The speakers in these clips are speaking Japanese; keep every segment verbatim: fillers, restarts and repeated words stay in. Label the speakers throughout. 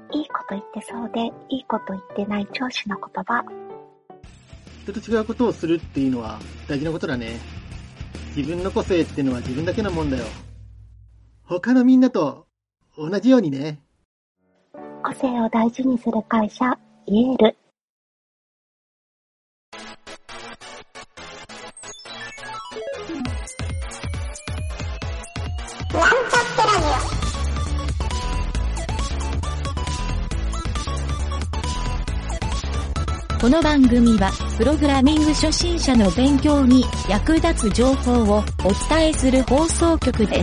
Speaker 1: いいこと言ってそうで、いいこと言ってない上司の言葉。
Speaker 2: 人と違うことをするっていうのは大事なことだね。自分の個性ってのは自分だけのもんだよ。他のみんなと同じようにね。
Speaker 1: 個性を大事にする会社、イエール。
Speaker 3: この番組は、プログラミング初心者の勉強に役立つ情報をお伝えする放送局です。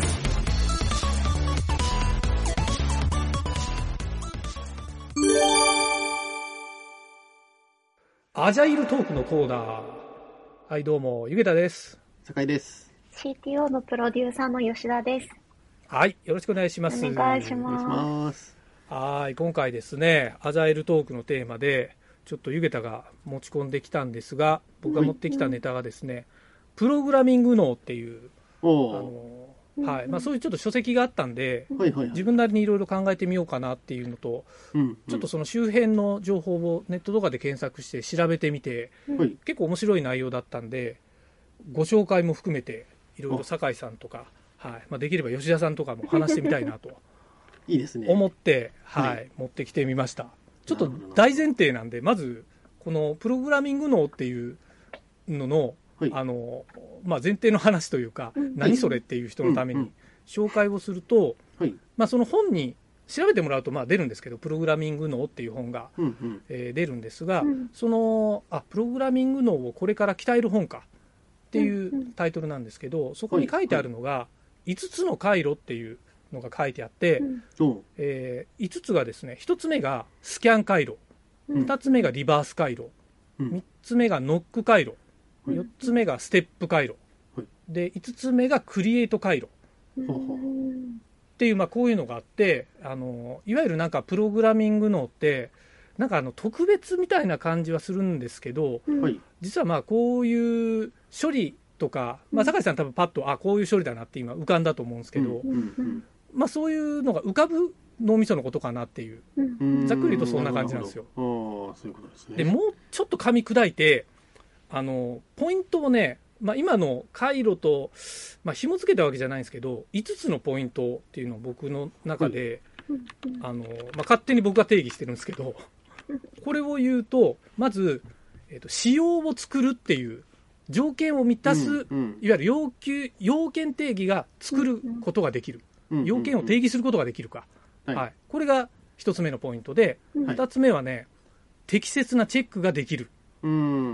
Speaker 4: アジャイルトークのコーナー。はい、どうも、ゆげたです。
Speaker 2: 酒井です。
Speaker 1: シーティーオー のプロデューサーの吉田です。
Speaker 4: はい、よろしくお願いします。
Speaker 1: お願いします。
Speaker 4: はい、今回ですね、アジャイルトークのテーマで、ちょっとゆげたが持ち込んできたんですが、僕が持ってきたネタがですね、はい、プログラミング脳っていう、あのはいまあ、そういうちょっと書籍があったんで、はいはいはい、自分なりにいろいろ考えてみようかなっていうのと、うんうん、ちょっとその周辺の情報をネットとかで検索して調べてみて、はい、結構面白い内容だったんで、ご紹介も含めていろいろ酒井さんとか、はいまあ、できれば吉田さんとかも話してみたいなと
Speaker 2: いいですね
Speaker 4: 思って、はいはい、持ってきてみました。ちょっと大前提なんで、まずこのプログラミング脳っていうのの、はいあのまあ、前提の話というか、うん、何それっていう人のために紹介をすると、はいまあ、その本に調べてもらうとまあ出るんですけど、プログラミング脳っていう本が、うんうんえー、出るんですが、うん、そのあプログラミング脳をこれから鍛える本かっていうタイトルなんですけど、そこに書いてあるのがいつつの回路っていうのが書いてあって、うんえー、いつつがですね、ひとつめがスキャン回路、うん、ふたつめがリバース回路、うん、みっつめがノック回路、うん、よっつめがステップ回路、うん、でいつつめがクリエイト回路、うん、っていう、まあ、こういうのがあって、あのいわゆるなんかプログラミング脳ってなんかあの特別みたいな感じはするんですけど、うん、実はまあこういう処理とか、まあ、酒井さん多分パッとあこういう処理だなって今浮かんだと思うんですけど、うんうんうんまあ、そういうのが浮かぶ脳みそのことかなっていう、うん、ざっくり言うとそんな感じなんですよ。
Speaker 2: あそういうことですね。
Speaker 4: でもうちょっと噛み砕いてあのポイントをね、まあ、今の回路と、まあ、紐付けたわけじゃないんですけどいつつのポイントっていうのを僕の中で、はいあのまあ、勝手に僕が定義してるんですけどこれを言うとまず、えーと、仕様を作るっていう条件を満たす、うんうん、いわゆる要求要件定義が作ることができる、うんうん、要件を定義することができるか、うんうんはい、これがひとつめのポイントで、はい、ふたつめはね適切なチェックができる、うん、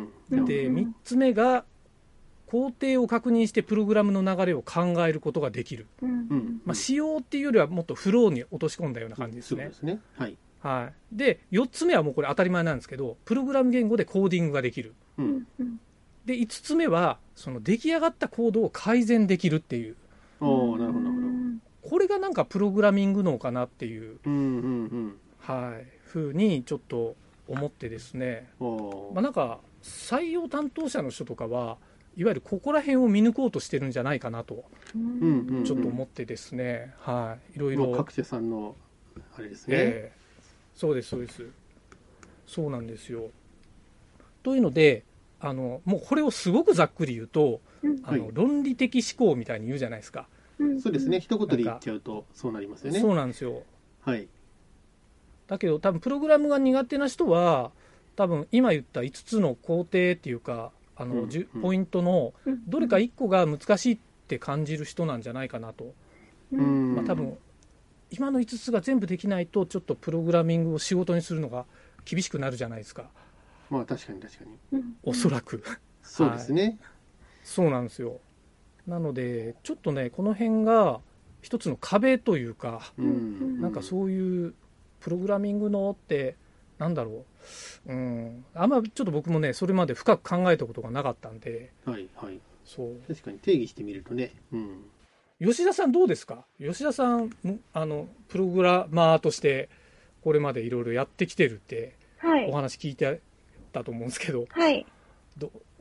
Speaker 4: でみっつめが工程を確認してプログラムの流れを考えることができる、うんまあ、仕様っていうよりはもっとフローに落とし込んだような感じですね。
Speaker 2: そうですね、はい
Speaker 4: はい、でよっつめはもうこれ当たり前なんですけどプログラム言語でコーディングができる、うんでいつつめはその出来上がったコードを改善できるっていう。
Speaker 2: おなるほどなるほ
Speaker 4: ど。これがなんかプログラミング脳かなっていう、うんうんうんはい、ふうにちょっと思ってですね、まあ、なんか採用担当者の人とかはいわゆるここら辺を見抜こうとしてるんじゃないかなとちょっと思ってですね、はい、いろいろ、
Speaker 2: まあ、各社さんのあれですね、
Speaker 4: えー、そうですそうですそうなんですよ。というのであのもうこれをすごくざっくり言うと、うん、あの論理的思考みたいに言うじゃないですか、
Speaker 2: うん、そうですね一言で言っちゃうとそうなりますよね。
Speaker 4: そうなんですよ、
Speaker 2: はい、
Speaker 4: だけど多分プログラムが苦手な人は多分今言ったいつつの工程っていうかあの、うん、ポイントのどれかいっこが難しいって感じる人なんじゃないかなと、うんまあ、多分今のいつつが全部できないとちょっとプログラミングを仕事にするのが厳しくなるじゃないですか。
Speaker 2: まあ確かに確かに
Speaker 4: おそらく
Speaker 2: そうですね、はい、
Speaker 4: そうなんですよ。なのでちょっとねこの辺が一つの壁というか、うん、なんかそういうプログラミングのってなんだろう、うん、あんまちょっと僕もねそれまで深く考えたことがなかったんで、
Speaker 2: はいはい、
Speaker 4: そう
Speaker 2: 確かに定義してみるとね、うん、
Speaker 4: 吉田さんどうですか。吉田さんあのプログラマーとしてこれまでいろいろやってきてるって、はい、お話聞いてたと思うんですけど、
Speaker 1: はい、
Speaker 4: ど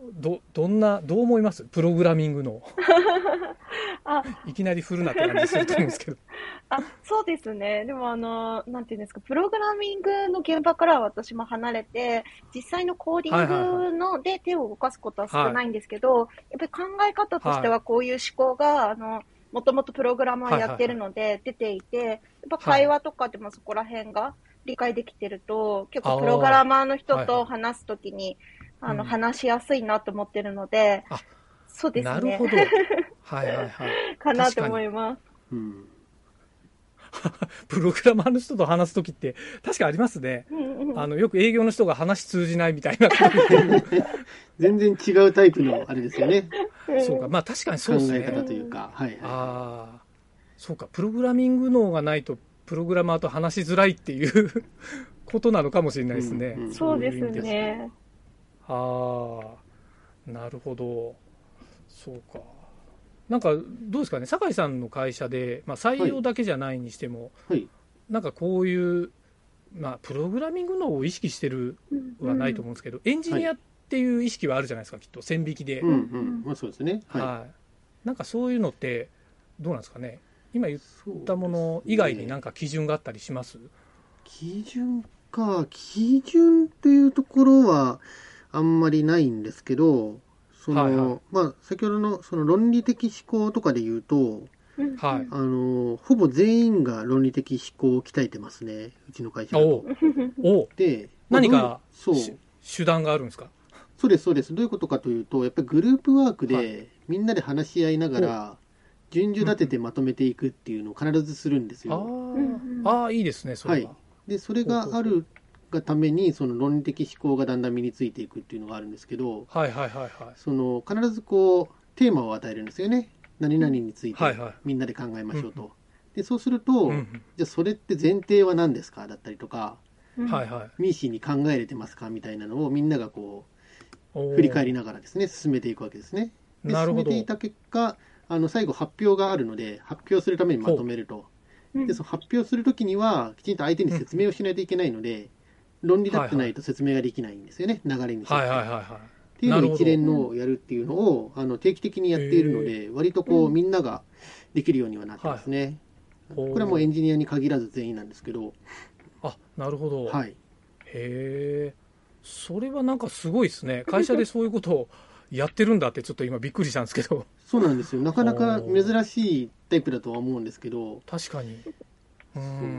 Speaker 4: どどんなどう思いますプログラミングの
Speaker 5: あ
Speaker 4: いきなり振るなって感じすると思うんですけど。
Speaker 5: あ、そうですね。でもあの、なんていうんですか、プログラミングの現場からは私も離れて、実際のコーディングので手を動かすことは少ないんですけど、やっぱり考え方としてはこういう思考が、あの、もともとプログラマーやってるので出ていて、やっぱ会話とかでもそこら辺が理解できてると、結構プログラマーの人と話すときに、あの、話しやすいなと思ってるので、
Speaker 4: あ、
Speaker 5: そうですね。
Speaker 4: なるほど。はいはいはい。
Speaker 5: かなと思います。
Speaker 2: うん、
Speaker 4: プログラマーの人と話すときって確かありますね。
Speaker 5: うんうん、
Speaker 4: あのよく営業の人が話通じないみたいな。
Speaker 2: 全然違うタイプのあれですよね。
Speaker 4: そうか、まあ確かにそうですね。
Speaker 2: 考え方というか、はいはい、
Speaker 4: ああ、そうか、プログラミング脳がないとプログラマーと話しづらいっていうことなのかもしれないですね。
Speaker 5: うんうん、そうですね。
Speaker 4: ああ、なるほど。そうか。なんかどうですかね、酒井さんの会社で、まあ、採用だけじゃないにしても、
Speaker 2: はいはい、
Speaker 4: なんかこういう、まあ、プログラミング脳を意識してるはないと思うんですけど、うん、エンジニアっていう意識はあるじゃないですか、きっと線引きで。
Speaker 2: うんうんまあ、そうですね、はい
Speaker 4: はい、なんかそういうのってどうなんですかね、今言ったもの以外になんか基準があったりします？
Speaker 2: 基準か、基準っていうところはあんまりないんですけど、その、はいはい、まあ、先ほどのその論理的思考とかで言うと、
Speaker 4: はい、
Speaker 2: あのほぼ全員が論理的思考を鍛えてますね、うちの会社だと。
Speaker 4: お
Speaker 2: で、
Speaker 4: まあ、何か
Speaker 2: そう
Speaker 4: 手段があるんですか？
Speaker 2: そうですそうです。どういうことかというと、やっぱりグループワークでみんなで話し合いながら順序立ててまとめていくっていうのを必ずするんですよ。
Speaker 4: ああ、いいですね、それは。
Speaker 2: はい、でそれがあるがためにその論理的思考がだんだん身についていくっていうのがあるんですけど、
Speaker 4: はいはいはいはい、そ
Speaker 2: の必ずこうテーマを与えるんですよね。何々についてみんなで考えましょうと。はいはい、でそうすると、うん、じゃあそれって前提は何ですかだったりとか、
Speaker 4: はいはい、
Speaker 2: ミーシーに考えれてますかみたいなのをみんながこう振り返りながらですね進めていくわけですね。で進めていた結果、あの最後発表があるので発表するためにまとめると。でその発表するときにはきちんと相手に説明をしないといけないので、うん、論理立ってないと説明ができないんですよね、はいはい、流れに沿って、はいはいはいはい、っていうのを一連のをやるっていうのをあの定期的にやっているので、割とこうみんなができるようにはなってますね、はい、これはもうエンジニアに限らず全員なんですけど。
Speaker 4: あ、なるほど、
Speaker 2: はい、へ
Speaker 4: え、それはなんかすごいですね。会社でそういうことをやってるんだってちょっと今びっくりしたんですけど。
Speaker 2: そうなんですよ、なかなか珍しいタイプだとは思うんですけど。
Speaker 4: 確かに、
Speaker 2: うん、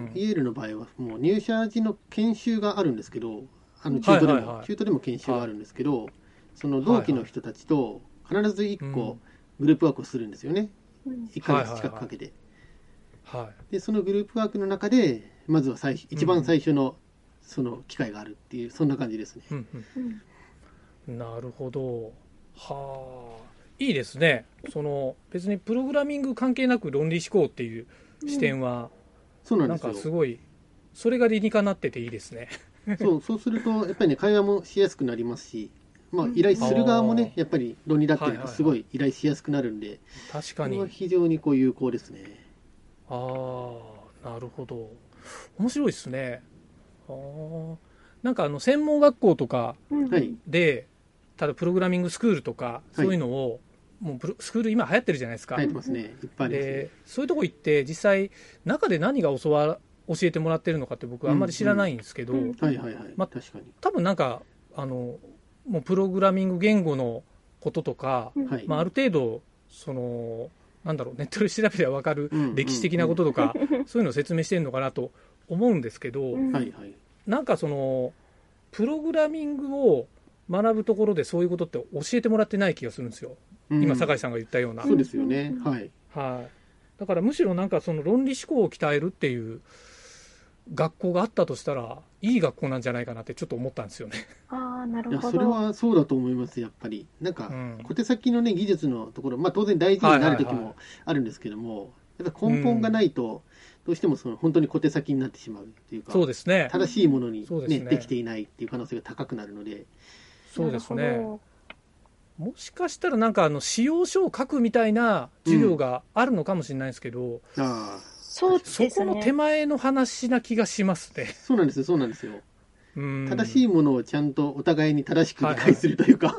Speaker 2: イェールの場合はもう入社時の研修があるんですけど、あの中途でも、はいはいはい、中途でも研修があるんですけど、はい、その同期の人たちと必ずいっこグループワークをするんですよね、うん、いっかげつ近くかけて、
Speaker 4: はいはいはい、
Speaker 2: でそのグループワークの中でまずは最一番最初のその機会があるっていう、そんな感じですね、
Speaker 4: うんうん、なるほど、はあ、いいですね。その別にプログラミング関係なく論理思考っていう視点は、
Speaker 2: うん、そうなんですよ。
Speaker 4: なんかすごいそれが理にかなってていいですね。
Speaker 2: そうそうするとやっぱりね会話もしやすくなりますし、まあ、依頼する側もねやっぱり論理立ってるとすごい依頼しやすくなるんで、はいはいはい、確かにこれは非常にこう有効ですね。
Speaker 4: ああ、なるほど、面白いですね。あ、なんかあの専門学校とかで、ただプログラミングスクールとかそういうのを、はい、もうプロスクール今流行ってるじゃないですか。
Speaker 2: 流行ってますね、いっぱいありますね。
Speaker 4: でそういうとこ行って実際中で何が教わ教えてもらってるのかって僕あんまり知らないんですけど、まあ多分なんかあのもうプログラミング言語のこととか、はいまあ、ある程度そのなんだろうネットで調べて分かる歴史的なこととか、うんうんうん、そういうのを説明してるのかなと思うんですけど、うん、なんかそのプログラミングを学ぶところでそういうことって教えてもらってない気がするんですよ、うん、今酒井さんが言ったような。
Speaker 2: そうですよね、はい
Speaker 4: はい、だからむしろなんかその論理思考を鍛えるっていう学校があったとしたらいい学校なんじゃないかなってちょっと思ったんですよね。
Speaker 5: あ、なるほど。
Speaker 2: いやそれはそうだと思います。やっぱりなんか、うん、小手先のね技術のところ、まあ、当然大事になる時もあるんですけども、はいはいはい、やっぱ根本がないとどうしてもその本当に小手先になってしまうっていうか、
Speaker 4: そうですね、
Speaker 2: 正しいものに、ねね、できていないっていう可能性が高くなるので。
Speaker 4: そうですね、もしかしたらなんかあの使用書を書くみたいな授業があるのかもしれないですけど、
Speaker 2: うん、あ
Speaker 5: そうですね、
Speaker 4: そこの手前の話な気がしますね。
Speaker 2: そうなんですよ、そうなんですよ。正しいものをちゃんとお互いに正しく理解するというか、はいはい、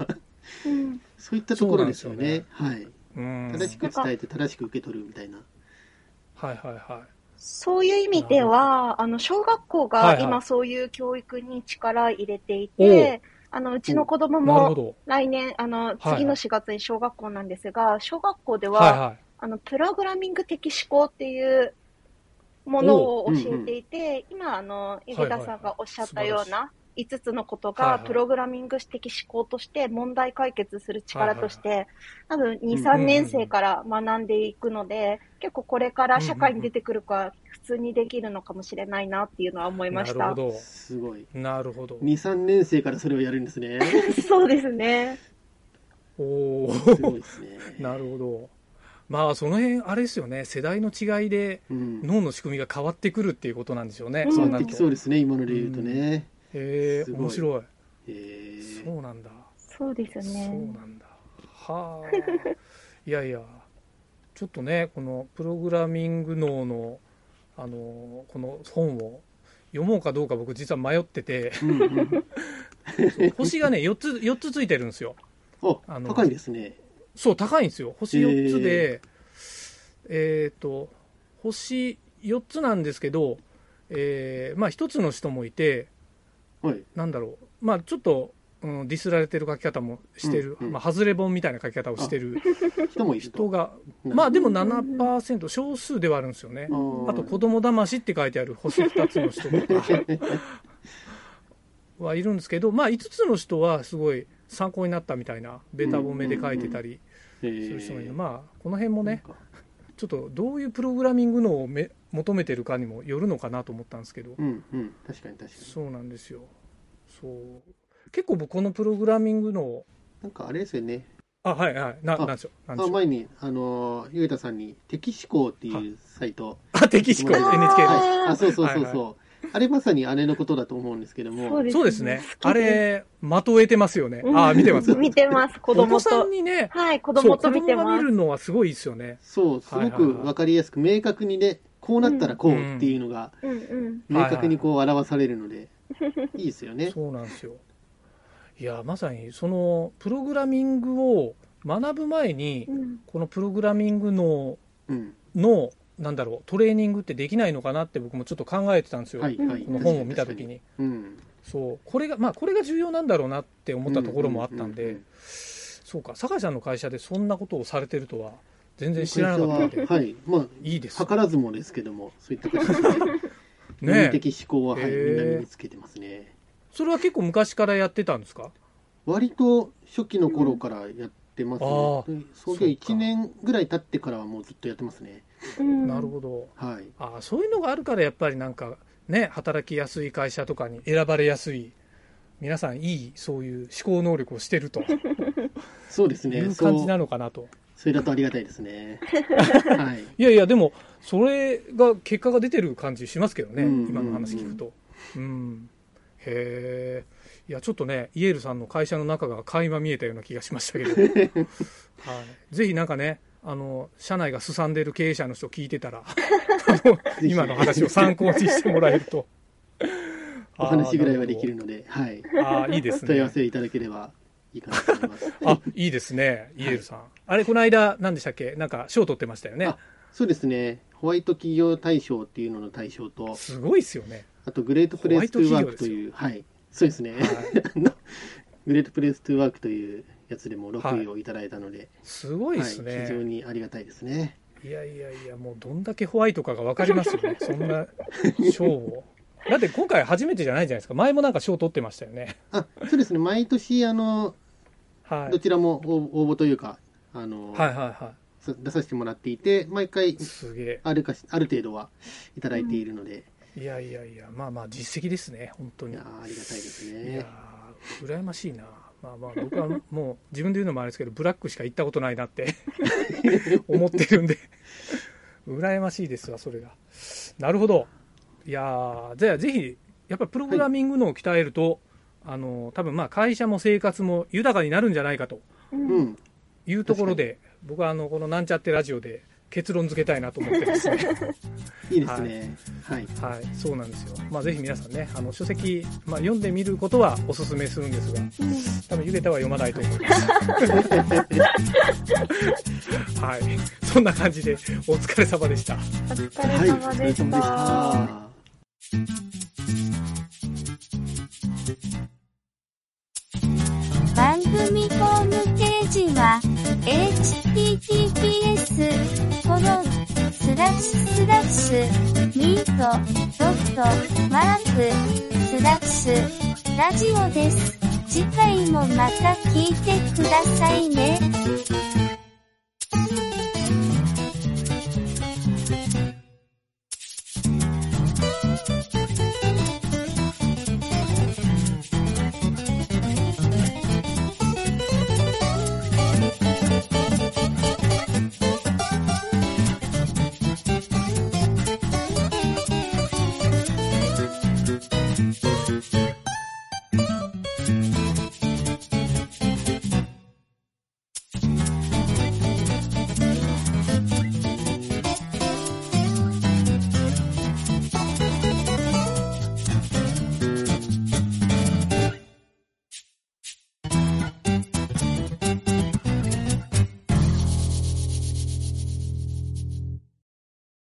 Speaker 5: うん、
Speaker 2: そういったところですよね。
Speaker 4: ね
Speaker 2: はい。うん、正しく伝えて正しく受け取るみたいな。
Speaker 4: はいはいはい。
Speaker 5: そういう意味では、あの、小学校が今そういう教育に力入れていて、はいはい、あの、うちの子供も来年、あの、次のしがつに小学校なんですが、はいはい、小学校では、はいはい、あの、プログラミング的思考っていうものを教えていて、うんうん、今、あの、井桁さんがおっしゃったような、いつつのことがプログラミング的思考として問題解決する力として、多分に、さんねん生から学んでいくので、結構これから社会に出てくるか普通にできるのかもしれないなっていうのは思いました。
Speaker 4: なるほど。
Speaker 2: すごい。
Speaker 4: なるほど。
Speaker 2: に、さんねん生からそれをやるんですね。
Speaker 5: そうですね。
Speaker 4: おお。
Speaker 2: すごいですね。
Speaker 4: なるほど。まあその辺あれですよね、世代の違いで脳の仕組みが変わってくるっていうことなんでしょうね。
Speaker 2: うん、そうなってきそうですね、今ので言うとね。
Speaker 4: うんへえ、面白い。
Speaker 2: へえ、
Speaker 4: そうなんだ。
Speaker 5: そうですね。
Speaker 4: そうなんだ。はあ。いやいや、ちょっとね、このプログラミング脳のあのこの本を読もうかどうか僕実は迷ってて、うんうん、星がねよっつよっつついてるんですよ。
Speaker 2: あの高いですね。
Speaker 4: そう高いんですよ。星よっつで、えっと星よっつなんですけど、えー、まあひとつの人もいて。はい、なんだろう、まあ、ちょっと、うん、ディスられてる書き方もしてる、うんうん、まあ、外れ本みたいな書き方をしてる
Speaker 2: 人もいる
Speaker 4: 人が、まあでも ななパーセント 少数ではあるんですよね。あと子供騙しって書いてある星ふたつの人とかはいるんですけど、まあいつつの人はすごい参考になったみたいなベタ褒めで書いてたりする人もいる。まあこの辺もねちょっとどういうプログラミングのをめ求めてるかにもよるのかなと思ったんですけど、
Speaker 2: うんうん、確かに確かに
Speaker 4: そうなんですよ。そう結構僕このプログラミングの
Speaker 2: なんかあれですよね。
Speaker 4: あはいはいななんでしょう。
Speaker 2: あ前にあのゆうたさんにテキ思考っていうサイト
Speaker 4: あテキ思考 エヌエイチケー の、
Speaker 2: はい、あそうそうそうそう、はいはい、あれまさにあれのことだと思うんですけども
Speaker 4: そうです ね, そうですねあれ的を得てますよね、うん、あ見てます
Speaker 5: 見てます子供とお
Speaker 4: 子さんにね
Speaker 5: はい子供と見てます。
Speaker 4: 子供が見るのはすごいですよね。
Speaker 2: そうすごくわかりやすく明確にねこうなったらこうっていうのが明確にこう表されるのでいいですよね。
Speaker 4: そうなんですよ。いやまさにそのプログラミングを学ぶ前に、うん、このプログラミングの、うん、のなんだろうトレーニングってできないのかなって僕もちょっと考えてたんですよ、はいはい、この本を見た時に、うん、そうこれがまあこれが重要なんだろうなって思ったところもあったんで、うんうんうんうん、そうか酒井さんの会社でそんなことをされてるとは全然知らなかったので、
Speaker 2: はいまあ、いいです図らずもですけどもそういった形で論理的思考は、はい、みんな身につけてますね。
Speaker 4: それは結構昔からやってたんですか？
Speaker 2: 割と初期の頃からやってますね、うん、創業いちねんぐらい経ってからはもうずっとやってますね、
Speaker 4: うん、なるほど、
Speaker 2: はい、
Speaker 4: あそういうのがあるからやっぱりなんかね働きやすい会社とかに選ばれやすい皆さんいいそういう思考能力をしてると
Speaker 2: そうですね
Speaker 4: いう感じなのかなと。
Speaker 2: それだとありがたいですね、
Speaker 4: はい、いやいやでもそれが結果が出てる感じしますけどね、うんうんうん、今の話聞くと、うん、へえいやちょっとねイエールさんの会社の中が垣間見えたような気がしましたけど、はい、ぜひなんかねあの社内がすさんでる経営者の人聞いてたら今の話を参考にしてもらえると
Speaker 2: お話ぐらいはできるので、はい、
Speaker 4: あいいですね
Speaker 2: 問い合わせいただければいいかなと思います
Speaker 4: あいいですねイエールさん、はい、あれこの間何でしたっけなんか賞取ってましたよね。あ
Speaker 2: そうですねホワイト企業大賞っていうのの大賞と
Speaker 4: すごいですよね。
Speaker 2: あとグレートプレイストゥーワークというはいそうですね、はい、グレートプレイストゥーワークというやつでもろくいをいただいたので、はい、
Speaker 4: すごいですね、
Speaker 2: はい、非常にありがたいですね。
Speaker 4: いやいやいやもうどんだけホワイトかが分かりますよねそんな賞をだって今回初めてじゃないじゃないですか。前もなんか賞取ってましたよね。
Speaker 2: あそうですね毎年あの、はい、どちらも応募というかあの、はいはいはい、出させてもらっていて毎回
Speaker 4: すげえ
Speaker 2: あるかある程度はいただいているので、うん
Speaker 4: いやいやいやまあまあ実績ですね本当に。いや
Speaker 2: ありがたいですね。
Speaker 4: いや羨ましいな。まあまあ僕はもう自分で言うのもあれですけどブラックしか行ったことないなって思ってるんで羨ましいですわそれが。なるほど。いやじゃあぜひやっぱりプログラミングのを鍛えると、はい、あの多分まあ会社も生活も豊かになるんじゃないかというところで、僕はあのこのなんちゃってラジオで結論付けたいなと思ってですね。
Speaker 2: いいですね。はい。
Speaker 4: はい。はい、そうなんですよ。まあ、ぜひ皆さんね、あの、書籍、まあ、読んでみることはお勧めするんですが、多分、ゆげたは読まないと思います。はい。そんな感じで、お疲れ様でした。お
Speaker 5: 疲れ様でした。はい、
Speaker 3: 番組ホームページは エイチティーティーピーエス コロンスラッシュスラッシュミートドットマークスラッシュラジオです。次回もまた聞いてくださいね。